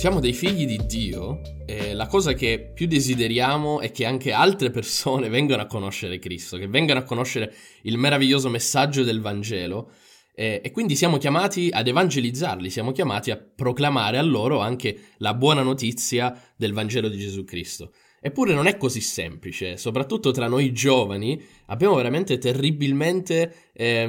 Siamo dei figli di Dio e la cosa che più desideriamo è che anche altre persone vengano a conoscere Cristo, che vengano a conoscere il meraviglioso messaggio del Vangelo e quindi siamo chiamati ad evangelizzarli, siamo chiamati a proclamare a loro anche la buona notizia del Vangelo di Gesù Cristo. Eppure non è così semplice, soprattutto tra noi giovani abbiamo veramente terribilmente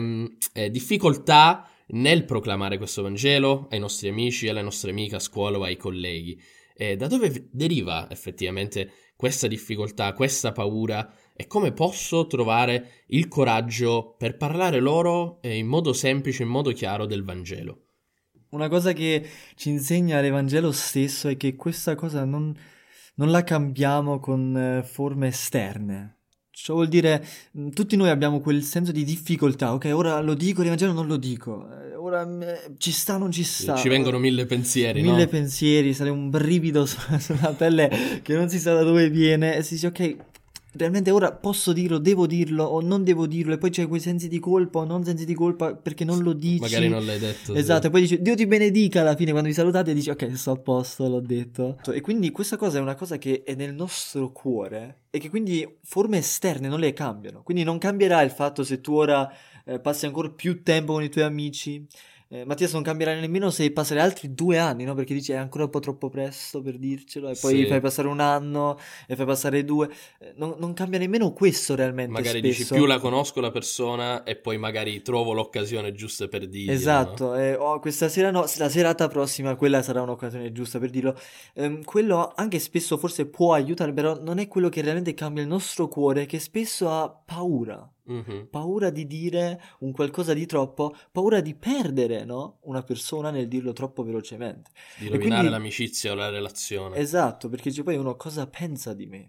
difficoltà nel proclamare questo Vangelo ai nostri amici, alle nostre amiche a scuola o ai colleghi. Da dove deriva effettivamente questa difficoltà, questa paura e come posso trovare il coraggio per parlare loro in modo semplice, in modo chiaro del Vangelo? Una cosa che ci insegna l'Evangelo stesso è che questa cosa non la cambiamo con forme esterne. Ciò vuol dire, tutti noi abbiamo quel senso di difficoltà, ok, ora lo dico, l'Evangelo non lo dico, ora ci sta, non ci sta. Ci vengono mille pensieri, Mille no? pensieri, sale un brivido sulla pelle che non si sa da dove viene e si dice, ok, realmente ora posso dirlo, devo dirlo o non devo dirlo e poi c'è quei sensi di colpa o non sensi di colpa perché non lo dici. Magari non l'hai detto. Esatto, sì. e poi dici Dio ti benedica alla fine quando vi salutate e dici ok, sto a posto, l'ho detto. E quindi questa cosa è una cosa che è nel nostro cuore e che quindi forme esterne non le cambiano. Quindi non cambierà il fatto se tu ora passi ancora più tempo con i tuoi amici. Mattias, non cambierà nemmeno se passare altri 2 anni, no? Perché dici è ancora un po' troppo presto per dircelo e poi Sì. fai passare 1 anno e fai passare 2. Non cambia nemmeno questo realmente Magari spesso. dici più la conosco la persona e poi magari trovo l'occasione giusta per dirglielo, Esatto, no? questa sera no, la serata prossima quella sarà un'occasione giusta per dirlo. Quello anche spesso forse può aiutare, però non è quello che realmente cambia il nostro cuore, che spesso ha paura. Mhm. Paura di dire un qualcosa di troppo, paura di perdere, no? Una persona nel dirlo troppo velocemente. Di E rovinare quindi, l'amicizia o la relazione. esatto, perché dice poi uno cosa pensa di me.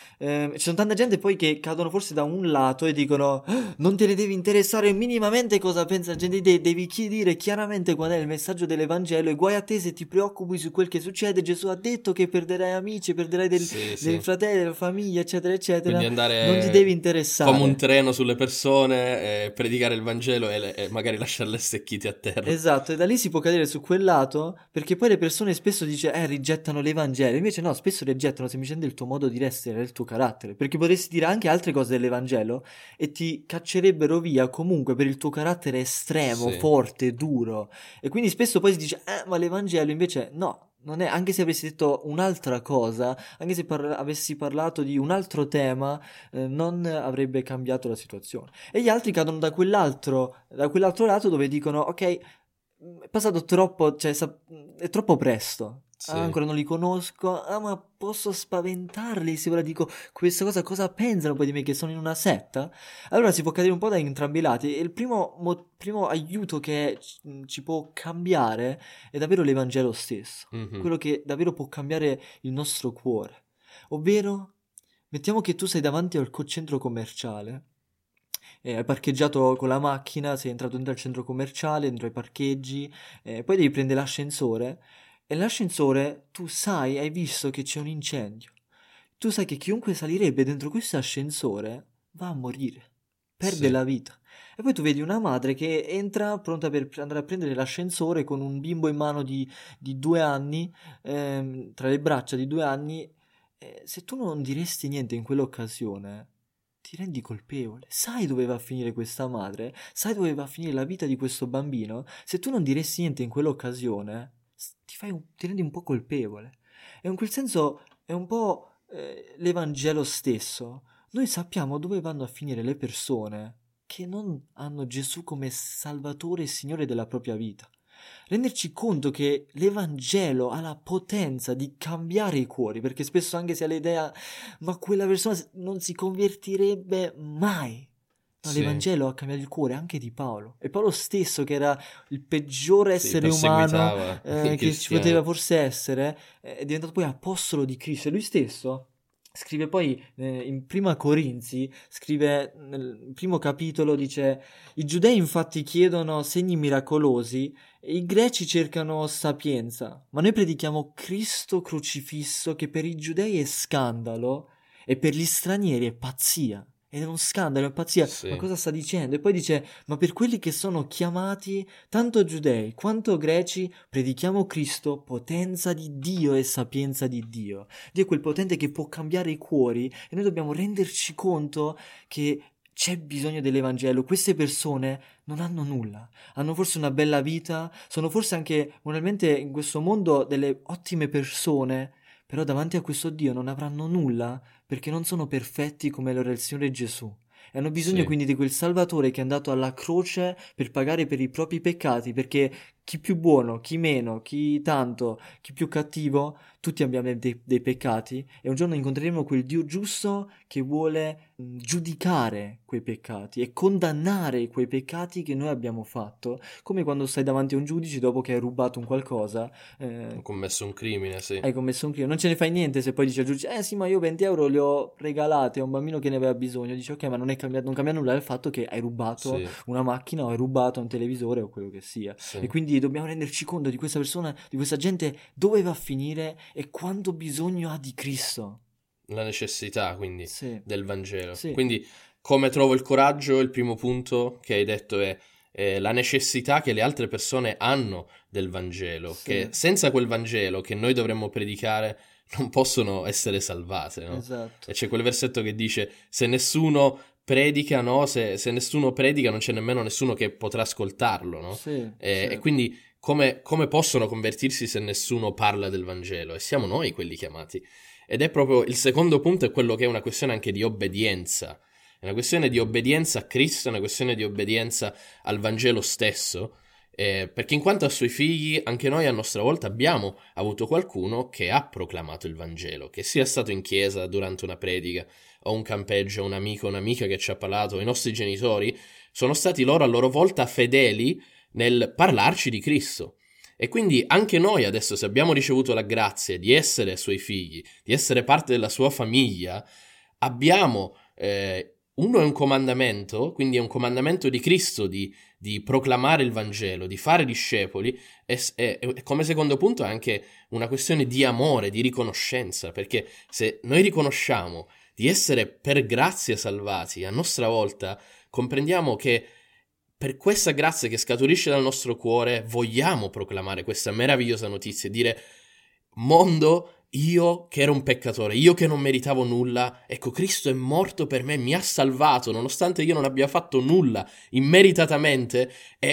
Ci sono tanta gente poi che cadono forse da un lato e dicono "Ah, non te ne devi interessare minimamente cosa pensa la gente di te, devi dire chiaramente qual è il messaggio dell'Evangelo e guai a te se ti preoccupi su quel che succede, Gesù ha detto che perderai amici, perderai Sì, dei sì. fratelli, della famiglia, eccetera, Quindi eccetera, non ti devi andare come un interessare." treno sulle persone, predicare il Vangelo e magari lasciarle stecchite a terra. Esatto, e da lì si può cadere su quel lato, perché poi le persone spesso rigettano l'Evangelo, invece no, spesso rigettano semplicemente il tuo modo di essere, il tuo carattere, perché potresti dire anche altre cose dell'Evangelo e ti caccerebbero via comunque per il tuo carattere estremo, Sì. forte, duro, e quindi spesso poi si dice, ma l'Evangelo invece no. Non è, anche se avessi detto un'altra cosa, anche se avessi parlato di un altro tema, non avrebbe cambiato la situazione. E gli altri cadono da quell'altro lato dove dicono, ok, è passato troppo, cioè è troppo presto. Ah, Sì. ancora non li conosco. Ah, ma posso spaventarli se ora dico questa cosa pensano poi di me che sono in una setta? Allora si può cadere un po' da entrambi i lati. E il primo aiuto che ci può cambiare è davvero l'Evangelo stesso. Mhm. Quello che davvero può cambiare il nostro cuore. Ovvero, mettiamo che tu sei davanti al centro commerciale. Hai parcheggiato con la macchina, sei entrato dentro al centro commerciale, dentro ai parcheggi, poi devi prendere l'ascensore e l'ascensore tu sai, hai visto che c'è un incendio. Tu sai che chiunque salirebbe dentro questo ascensore va a morire, perde Sì. la vita. E poi tu vedi una madre che entra pronta per andare a prendere l'ascensore con un bimbo in mano di 2 anni, tra le braccia di 2 anni. Se tu non diresti niente in quell'occasione, ti rendi colpevole. Sai dove va a finire questa madre? Sai dove va a finire la vita di questo bambino? Se tu non diresti niente in quell'occasione, ti rendi un po' colpevole. E in quel senso è un po' l'Evangelo stesso. Noi sappiamo dove vanno a finire le persone che non hanno Gesù come Salvatore e Signore della propria vita. Renderci conto che l'Evangelo ha la potenza di cambiare i cuori, perché spesso anche si ha l'idea, ma quella persona non si convertirebbe mai. No, Sì. l'Evangelo ha cambiato il cuore anche di Paolo. E Paolo stesso, che era il peggior Sì, essere umano perseguitava i che ci poteva cristiani. forse essere, è diventato poi apostolo di Cristo. E lui stesso scrive poi in Prima Corinzi, scrive nel primo capitolo, dice: i giudei infatti chiedono segni miracolosi e i greci cercano sapienza, ma noi predichiamo Cristo crocifisso, che per i giudei è scandalo e per gli stranieri è pazzia. ed è uno scandalo, è una pazzia, ma Sì, cosa sta dicendo? E poi dice, ma per quelli che sono chiamati, tanto giudei quanto greci, predichiamo Cristo, potenza di Dio e sapienza di Dio. Dio è quel potente che può cambiare i cuori e noi dobbiamo renderci conto che c'è bisogno dell'Evangelo. Queste persone non hanno nulla, hanno forse una bella vita, sono forse anche moralmente in questo mondo delle ottime persone, però davanti a questo Dio non avranno nulla perché non sono perfetti come lo era il Signore Gesù. E hanno bisogno sì, quindi di quel Salvatore che è andato alla croce per pagare per i propri peccati, perché chi più buono, chi meno, chi tanto, chi più cattivo, tutti abbiamo dei peccati e un giorno incontreremo quel Dio giusto che vuole giudicare quei peccati e condannare quei peccati che noi abbiamo fatto, come quando stai davanti a un giudice dopo che hai rubato un qualcosa, ho eh, commesso un crimine, sì, hai commesso un crimine, non ce ne fai niente se poi dice al giudice, eh sì, ma io 20 euro li ho regalati a un bambino che ne aveva bisogno. Dice, ok, ma non è cambiato, non cambia nulla il fatto che hai rubato sì, una macchina o hai rubato un televisore o quello che sia. E sì. quindi dobbiamo renderci conto di questa persona, di questa gente, dove va a finire e quanto bisogno ha di Cristo. La necessità, quindi, Sì, del Vangelo. sì, Quindi, come trovo il coraggio? Il primo punto che hai detto è la necessità che le altre persone hanno del Vangelo, che sì, senza quel Vangelo che noi dovremmo predicare non possono essere salvate, no? E esatto. c'è quel versetto che dice, se nessuno predica, no? Se nessuno predica non c'è nemmeno nessuno che potrà ascoltarlo, no? Sì, E sì, quindi come possono convertirsi se nessuno parla del Vangelo? E siamo noi quelli chiamati. Ed è proprio il secondo punto, è quello che è una questione anche di obbedienza. È una questione di obbedienza a Cristo, è una questione di obbedienza al Vangelo stesso, perché in quanto a suoi figli, anche noi a nostra volta abbiamo avuto qualcuno che ha proclamato il Vangelo, che sia stato in chiesa durante una predica, o un campeggio, un amico, un'amica che ci ha parlato, i nostri genitori, sono stati loro a loro volta fedeli nel parlarci di Cristo. E quindi anche noi adesso, se abbiamo ricevuto la grazia di essere suoi figli, di essere parte della sua famiglia, abbiamo, uno è un comandamento, quindi è un comandamento di Cristo di proclamare il Vangelo, di fare discepoli, e come secondo punto è anche una questione di amore, di riconoscenza, perché se noi riconosciamo di essere per grazia salvati, a nostra volta comprendiamo che per questa grazia che scaturisce dal nostro cuore vogliamo proclamare questa meravigliosa notizia e dire: mondo, io che ero un peccatore, io che non meritavo nulla, ecco, Cristo è morto per me, mi ha salvato, nonostante io non abbia fatto nulla immeritatamente,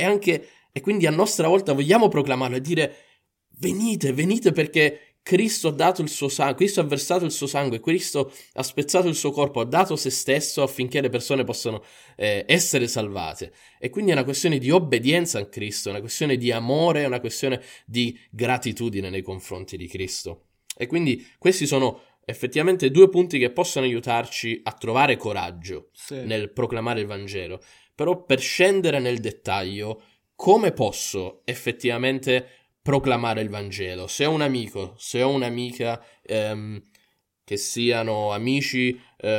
e quindi a nostra volta vogliamo proclamarlo e dire: venite, venite, perché Cristo ha dato il suo sangue, Cristo ha versato il suo sangue, Cristo ha spezzato il suo corpo, ha dato se stesso affinché le persone possano essere salvate. E quindi è una questione di obbedienza a Cristo, è una questione di amore, è una questione di gratitudine nei confronti di Cristo. E quindi questi sono effettivamente due punti che possono aiutarci a trovare coraggio sì. nel proclamare il Vangelo. Però per scendere nel dettaglio, come posso effettivamente proclamare il Vangelo? Se ho un amico, se ho un'amica, che siano amici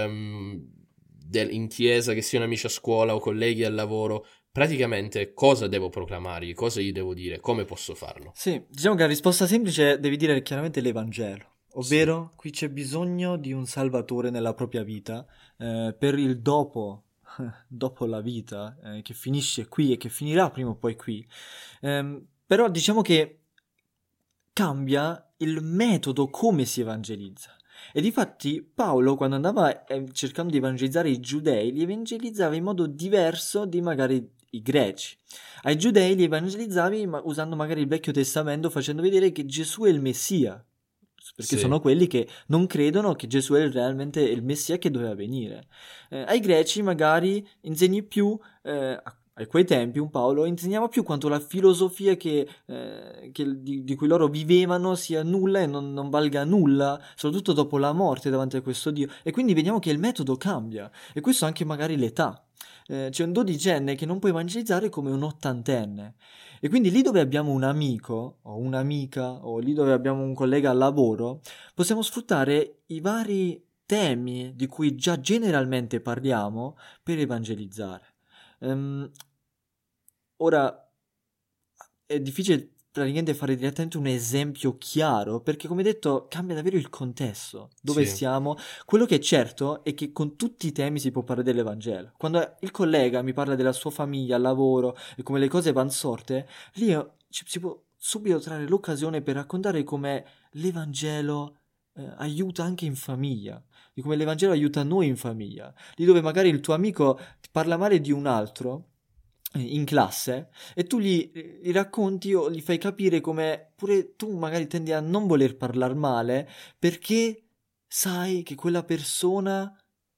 in chiesa, che siano amici a scuola o colleghi al lavoro, praticamente cosa devo proclamargli, cosa gli devo dire, come posso farlo? Sì, diciamo che la risposta semplice devi dire chiaramente l'Evangelo, Sì, ovvero qui c'è bisogno di un Salvatore nella propria vita per il dopo, dopo la vita che finisce qui e che finirà prima o poi qui. Però diciamo che cambia il metodo come si evangelizza. E difatti Paolo, quando andava cercando di evangelizzare i giudei, li evangelizzava in modo diverso di magari i greci. Ai giudei li evangelizzavi usando magari il Vecchio Testamento, facendo vedere che Gesù è il Messia, perché sì, sono quelli che non credono che Gesù è realmente il Messia che doveva venire. Ai greci magari insegni più, a quei tempi un Paolo insegnava più quanto la filosofia di cui loro vivevano sia nulla e non valga nulla, soprattutto dopo la morte davanti a questo Dio. E quindi vediamo che il metodo cambia, e questo anche magari l'età. C'è un dodicenne che non può evangelizzare come un ottantenne. E quindi lì dove abbiamo un amico o un'amica o lì dove abbiamo un collega al lavoro, possiamo sfruttare i vari temi di cui già generalmente parliamo per evangelizzare. Ehm, Ora è difficile praticamente fare direttamente un esempio chiaro, perché come detto cambia davvero il contesto, dove Sì. stiamo. Quello che è certo è che con tutti i temi si può parlare dell'Evangelo. Quando il collega mi parla della sua famiglia, al lavoro e come le cose vanno sorte, lì si può subito trarre l'occasione per raccontare come l'Evangelo aiuta anche in famiglia, di come l'Evangelo aiuta noi in famiglia, lì dove magari il tuo amico ti parla male di un altro in classe e tu gli racconti o gli fai capire come pure tu magari tendi a non voler parlare male perché sai che quella persona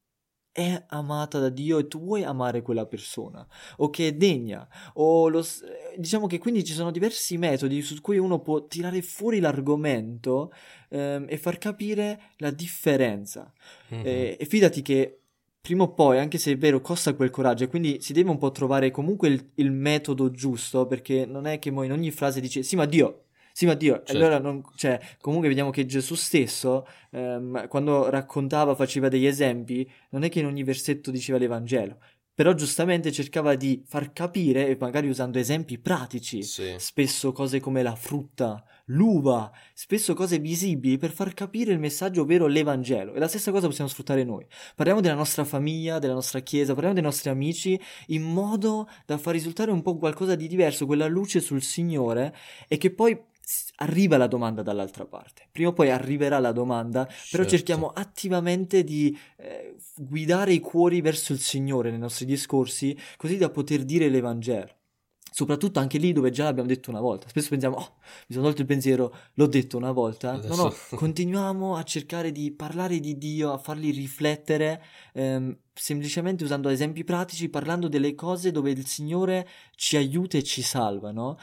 è amata da Dio e tu vuoi amare quella persona o che è degna diciamo che quindi ci sono diversi metodi su cui uno può tirare fuori l'argomento e far capire la differenza. Mhm. E fidati che prima o poi, anche se è vero, costa quel coraggio e quindi si deve un po' trovare comunque il metodo giusto, perché non è che mo in ogni frase dice sì ma Dio, e allora Certo. non, cioè comunque vediamo che Gesù stesso quando raccontava, faceva degli esempi, non è che in ogni versetto diceva l'Evangelo, però giustamente cercava di far capire, e magari usando esempi pratici, Sì. spesso cose come la frutta, l'uva, spesso cose visibili per far capire il messaggio ovvero l'Evangelo. E la stessa cosa possiamo sfruttare noi. Parliamo della nostra famiglia, della nostra chiesa, parliamo dei nostri amici in modo da far risultare un po' qualcosa di diverso, quella luce sul Signore e che poi arriva la domanda dall'altra parte. Prima o poi arriverà la domanda, però cerchiamo Certo. attivamente di guidare i cuori verso il Signore nei nostri discorsi, così da poter dire l'Evangelo. Soprattutto anche lì dove già l'abbiamo detto una volta. Spesso pensiamo, oh, mi sono tolto il pensiero, l'ho detto una volta. No, Adesso no, continuiamo a cercare di parlare di Dio, a farli riflettere, semplicemente usando esempi pratici, parlando delle cose dove il Signore ci aiuta e ci salva, no?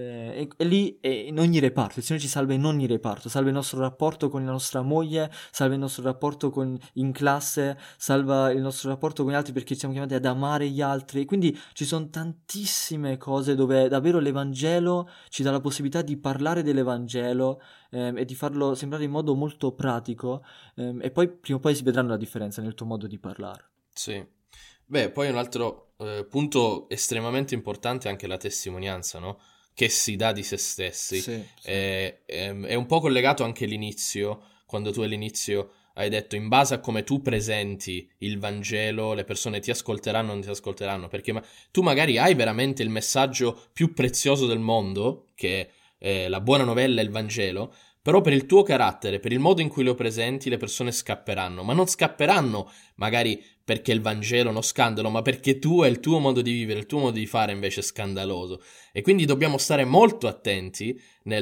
E lì in ogni reparto, il Signore ci salva in ogni reparto, salva il nostro rapporto con la nostra moglie, salva il nostro rapporto in classe, salva il nostro rapporto con gli altri perché siamo chiamati ad amare gli altri. Quindi ci sono tantissime cose dove davvero l'Evangelo ci dà la possibilità di parlare dell'Evangelo e di farlo sembrare in modo molto pratico e poi prima o poi si vedranno la differenza nel tuo modo di parlare. sì. Beh, poi un altro punto estremamente importante è anche la testimonianza, no? Che si dà di se stessi. Sì, sì. È un po' collegato anche all'inizio, quando tu all'inizio hai detto in base a come tu presenti il Vangelo, le persone ti ascolteranno o non ti ascolteranno, perché tu magari hai veramente il messaggio più prezioso del mondo, che è la buona novella e il Vangelo, però per il tuo carattere, per il modo in cui lo presenti, le persone scapperanno, ma non scapperanno magari perché il Vangelo è uno scandalo, ma perché tu e il tuo modo di vivere, il tuo modo di fare invece è scandaloso. E quindi dobbiamo stare molto attenti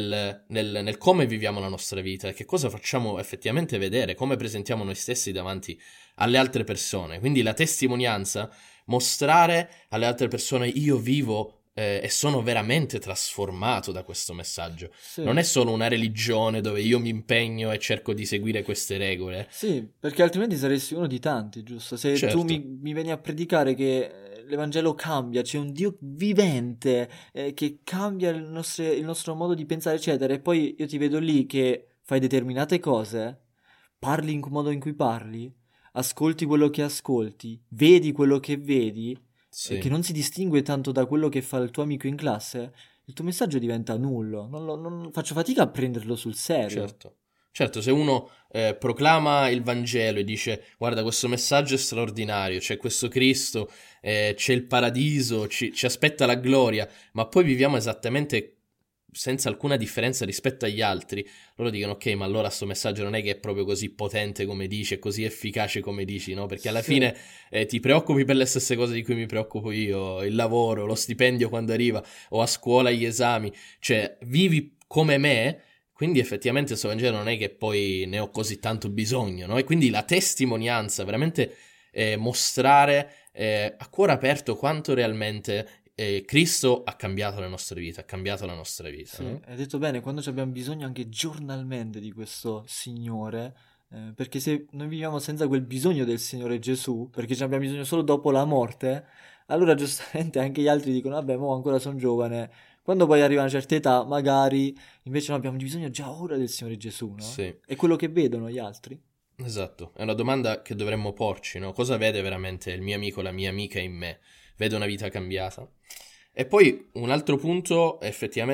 nel come viviamo la nostra vita e che cosa facciamo effettivamente vedere, come presentiamo noi stessi davanti alle altre persone. Quindi la testimonianza, mostrare alle altre persone io vivo e sono veramente trasformato da questo messaggio. Non Sì. è solo una religione dove io mi impegno e cerco di seguire queste regole. Sì, perché altrimenti saresti uno di tanti, giusto? Se tu Certo, mi vieni a predicare che l'Evangelo cambia, c'è un Dio vivente che cambia il nostro modo di pensare, eccetera, e poi io ti vedo lì che fai determinate cose, parli in modo in cui parli, ascolti quello che ascolti, vedi quello che vedi, che sì. non si distingue tanto da quello che fa il tuo amico in classe, il tuo messaggio diventa nullo. Non faccio fatica a prenderlo sul serio. Certo, certo, se uno proclama il Vangelo e dice guarda questo messaggio è straordinario, c'è questo Cristo, c'è il paradiso, ci aspetta la gloria, ma poi viviamo esattamente senza alcuna differenza rispetto agli altri, loro dicono ok, ma allora sto messaggio non è che è proprio così potente come dici, è così efficace come dici, no? Perché alla Sì. fine ti preoccupi per le stesse cose di cui mi preoccupo io, il lavoro, lo stipendio quando arriva, o a scuola gli esami, cioè vivi come me. Quindi effettivamente questo Vangelo non è che poi ne ho così tanto bisogno, no? E quindi la testimonianza, veramente mostrare a cuore aperto quanto realmente Cristo ha cambiato le nostre vite, ha cambiato la nostra vita, Sì, no? hai detto bene, quando ci abbiamo bisogno anche giornalmente di questo Signore, perché se noi viviamo senza quel bisogno del Signore Gesù, perché ci abbiamo bisogno solo dopo la morte, allora giustamente anche gli altri dicono, vabbè, mo ancora sono giovane, quando poi arriva una certa età, magari, invece noi abbiamo bisogno già ora del Signore Gesù, no? Sì, È quello che vedono gli altri. esatto. È una domanda che dovremmo porci, no? Cosa vede veramente il mio amico, la mia amica in me? Vede una vita cambiata? E poi un altro punto, effettivamente,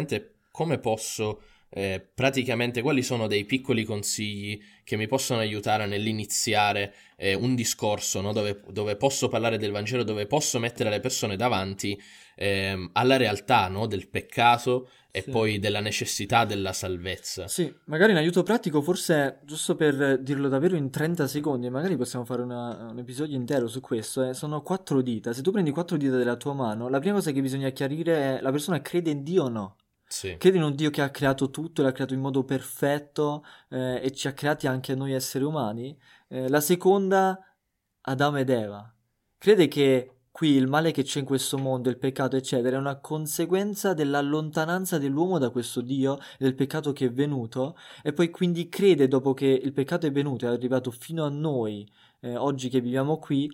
come posso praticamente, quali sono dei piccoli consigli che mi possono aiutare nell'iniziare un discorso, no? Dove posso parlare del Vangelo, dove posso mettere le persone davanti alla realtà, no? Del peccato e Sì. poi della necessità della salvezza. Sì, magari un aiuto pratico, forse giusto per dirlo davvero in 30 secondi, magari possiamo fare un episodio intero su questo. Sono 4 dita. Se tu prendi 4 dita della tua mano, la prima cosa che bisogna chiarire è la persona crede in Dio o no? Sì, Crede in un Dio che ha creato tutto, l'ha creato in modo perfetto e ci ha creati anche a noi esseri umani. La seconda, Adamo ed Eva. Crede che qui il male che c'è in questo mondo, il peccato, eccetera, è una conseguenza della lontananza dell'uomo da questo Dio, del peccato che è venuto, e poi quindi crede, dopo che il peccato è venuto, è arrivato fino a noi, oggi che viviamo qui,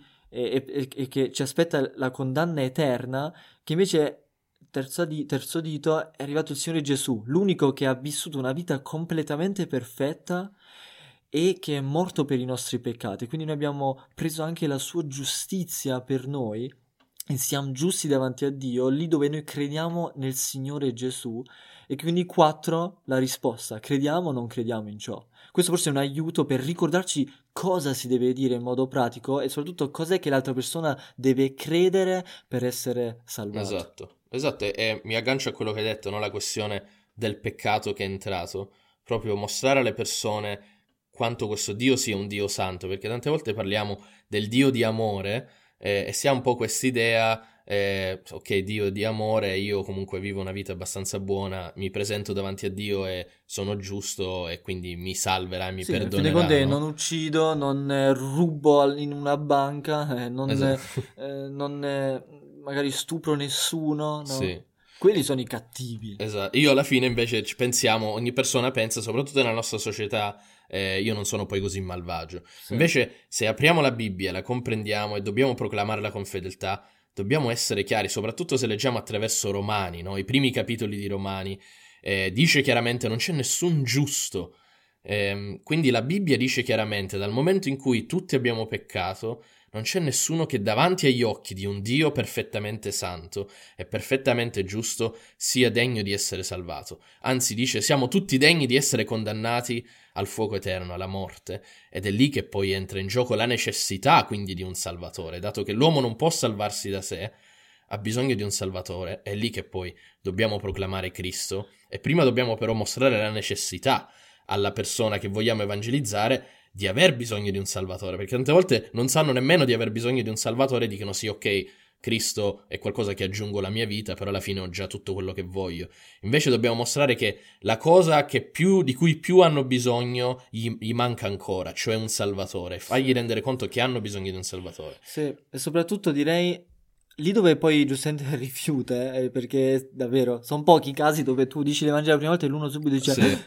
e che ci aspetta la condanna eterna, che invece terzo dito è arrivato il Signore Gesù, l'unico che ha vissuto una vita completamente perfetta e che è morto per i nostri peccati. Quindi noi abbiamo preso anche la sua giustizia per noi e siamo giusti davanti a Dio lì dove noi crediamo nel Signore Gesù. E quindi 4, la risposta, crediamo o non crediamo in ciò. Questo forse è un aiuto per ricordarci cosa si deve dire in modo pratico e soprattutto cos'è che l'altra persona deve credere per essere salvato. esatto, e mi aggancio a quello che hai detto, no? La questione del peccato che è entrato, proprio mostrare alle persone quanto questo Dio sia un Dio santo, perché tante volte parliamo del Dio di amore e si ha un po' quest'idea, ok, Dio di amore, io comunque vivo una vita abbastanza buona, mi presento davanti a Dio e sono giusto e quindi mi salverà e mi Sì, in fin dei conti perdonerà, no? non uccido, non rubo in una banca, Esatto, non magari stupro nessuno, no? sì. Quelli sono i cattivi. Esatto, io alla fine invece ci pensiamo, ogni persona pensa, soprattutto nella nostra società, io non sono poi così malvagio. Sì, Invece, se apriamo la Bibbia, la comprendiamo e dobbiamo proclamarla con fedeltà, dobbiamo essere chiari, soprattutto se leggiamo attraverso Romani, no? I primi capitoli di Romani, dice chiaramente non c'è nessun giusto. Quindi la Bibbia dice chiaramente, dal momento in cui tutti abbiamo peccato, non c'è nessuno che davanti agli occhi di un Dio perfettamente santo e perfettamente giusto sia degno di essere salvato. Anzi, dice, siamo tutti degni di essere condannati al fuoco eterno, alla morte. Ed è lì che poi entra in gioco la necessità quindi di un Salvatore, dato che l'uomo non può salvarsi da sé, ha bisogno di un Salvatore, è lì che poi dobbiamo proclamare Cristo e prima dobbiamo però mostrare la necessità alla persona che vogliamo evangelizzare di aver bisogno di un Salvatore, perché tante volte non sanno nemmeno di aver bisogno di un Salvatore e dicono sì, ok, Cristo è qualcosa che aggiungo alla mia vita, però alla fine ho già tutto quello che voglio. Invece dobbiamo mostrare che la cosa di cui più hanno bisogno gli manca ancora, cioè un Salvatore. Fagli sì, rendere conto che hanno bisogno di un Salvatore. sì. E soprattutto direi lì dove poi giustamente rifiuta, perché davvero sono pochi i casi dove tu dici l'Evangelo la prima volta e l'uno subito dice Sì,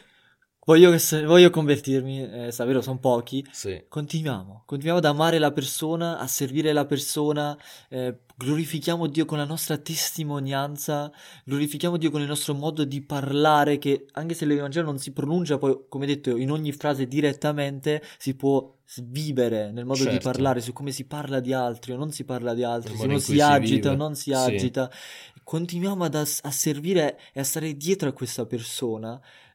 voglio convertirmi, davvero sono pochi. sì, Continuiamo ad amare la persona, a servire la persona, glorifichiamo Dio con la nostra testimonianza, glorifichiamo Dio con il nostro modo di parlare, che anche se l'Evangelo non si pronuncia poi, come detto, in ogni frase direttamente, si può vivere nel modo di certo, parlare, su come si parla di altri o non si parla di nel altri, se modo uno in cui si si agita o vive. non si Sì, agita. Continuiamo a servire e a stare dietro a questa persona,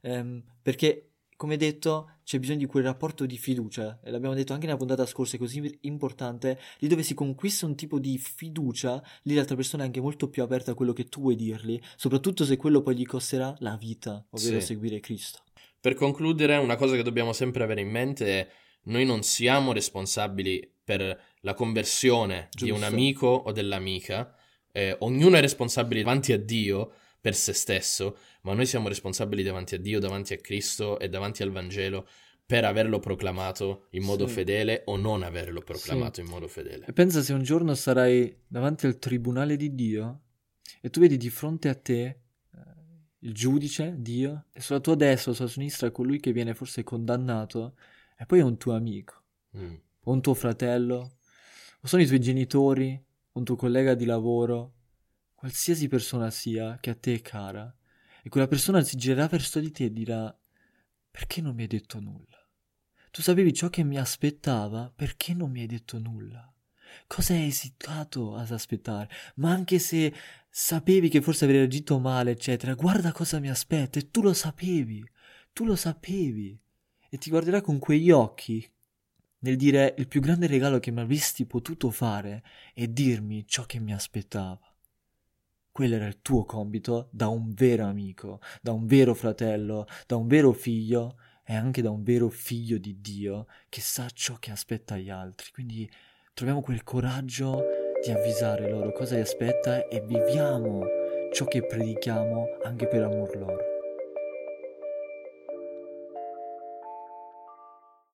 perché come detto, c'è bisogno di quel rapporto di fiducia, e l'abbiamo detto anche nella puntata scorsa, è così importante, lì dove si conquista un tipo di fiducia, lì l'altra persona è anche molto più aperta a quello che tu vuoi dirgli, soprattutto se quello poi gli costerà la vita, ovvero sì. seguire Cristo. Per concludere, una cosa che dobbiamo sempre avere in mente è noi non siamo responsabili per la conversione di un Giusto? amico o dell'amica, ognuno è responsabile davanti a Dio per se stesso, ma noi siamo responsabili davanti a Dio, davanti a Cristo e davanti al Vangelo per averlo proclamato in modo Sì, fedele o non averlo sì. proclamato in modo E fedele. pensa se un giorno sarai davanti al tribunale di Dio e tu vedi di fronte a te il giudice, Dio, e sulla tua destra o sulla sinistra colui che viene forse condannato, e poi è un tuo amico, Mm, o un tuo fratello, o sono i tuoi genitori, o un tuo collega di lavoro, qualsiasi persona sia che a te è cara, e quella persona si girerà verso di te e dirà: perché non mi hai detto nulla? Tu sapevi ciò che mi aspettava, perché non mi hai detto nulla? Cosa hai esitato ad aspettare? Ma anche se sapevi che forse avrei agito male, eccetera, guarda cosa mi aspetta, e tu lo sapevi, e ti guarderà con quegli occhi nel dire il più grande regalo che mi avresti potuto fare è dirmi ciò che mi aspettava. Quello era il tuo compito da un vero amico, da un vero fratello, da un vero figlio e anche da un vero figlio di Dio che sa ciò che aspetta agli altri. Quindi troviamo quel coraggio di avvisare loro cosa li aspetta e viviamo ciò che predichiamo anche per amor loro.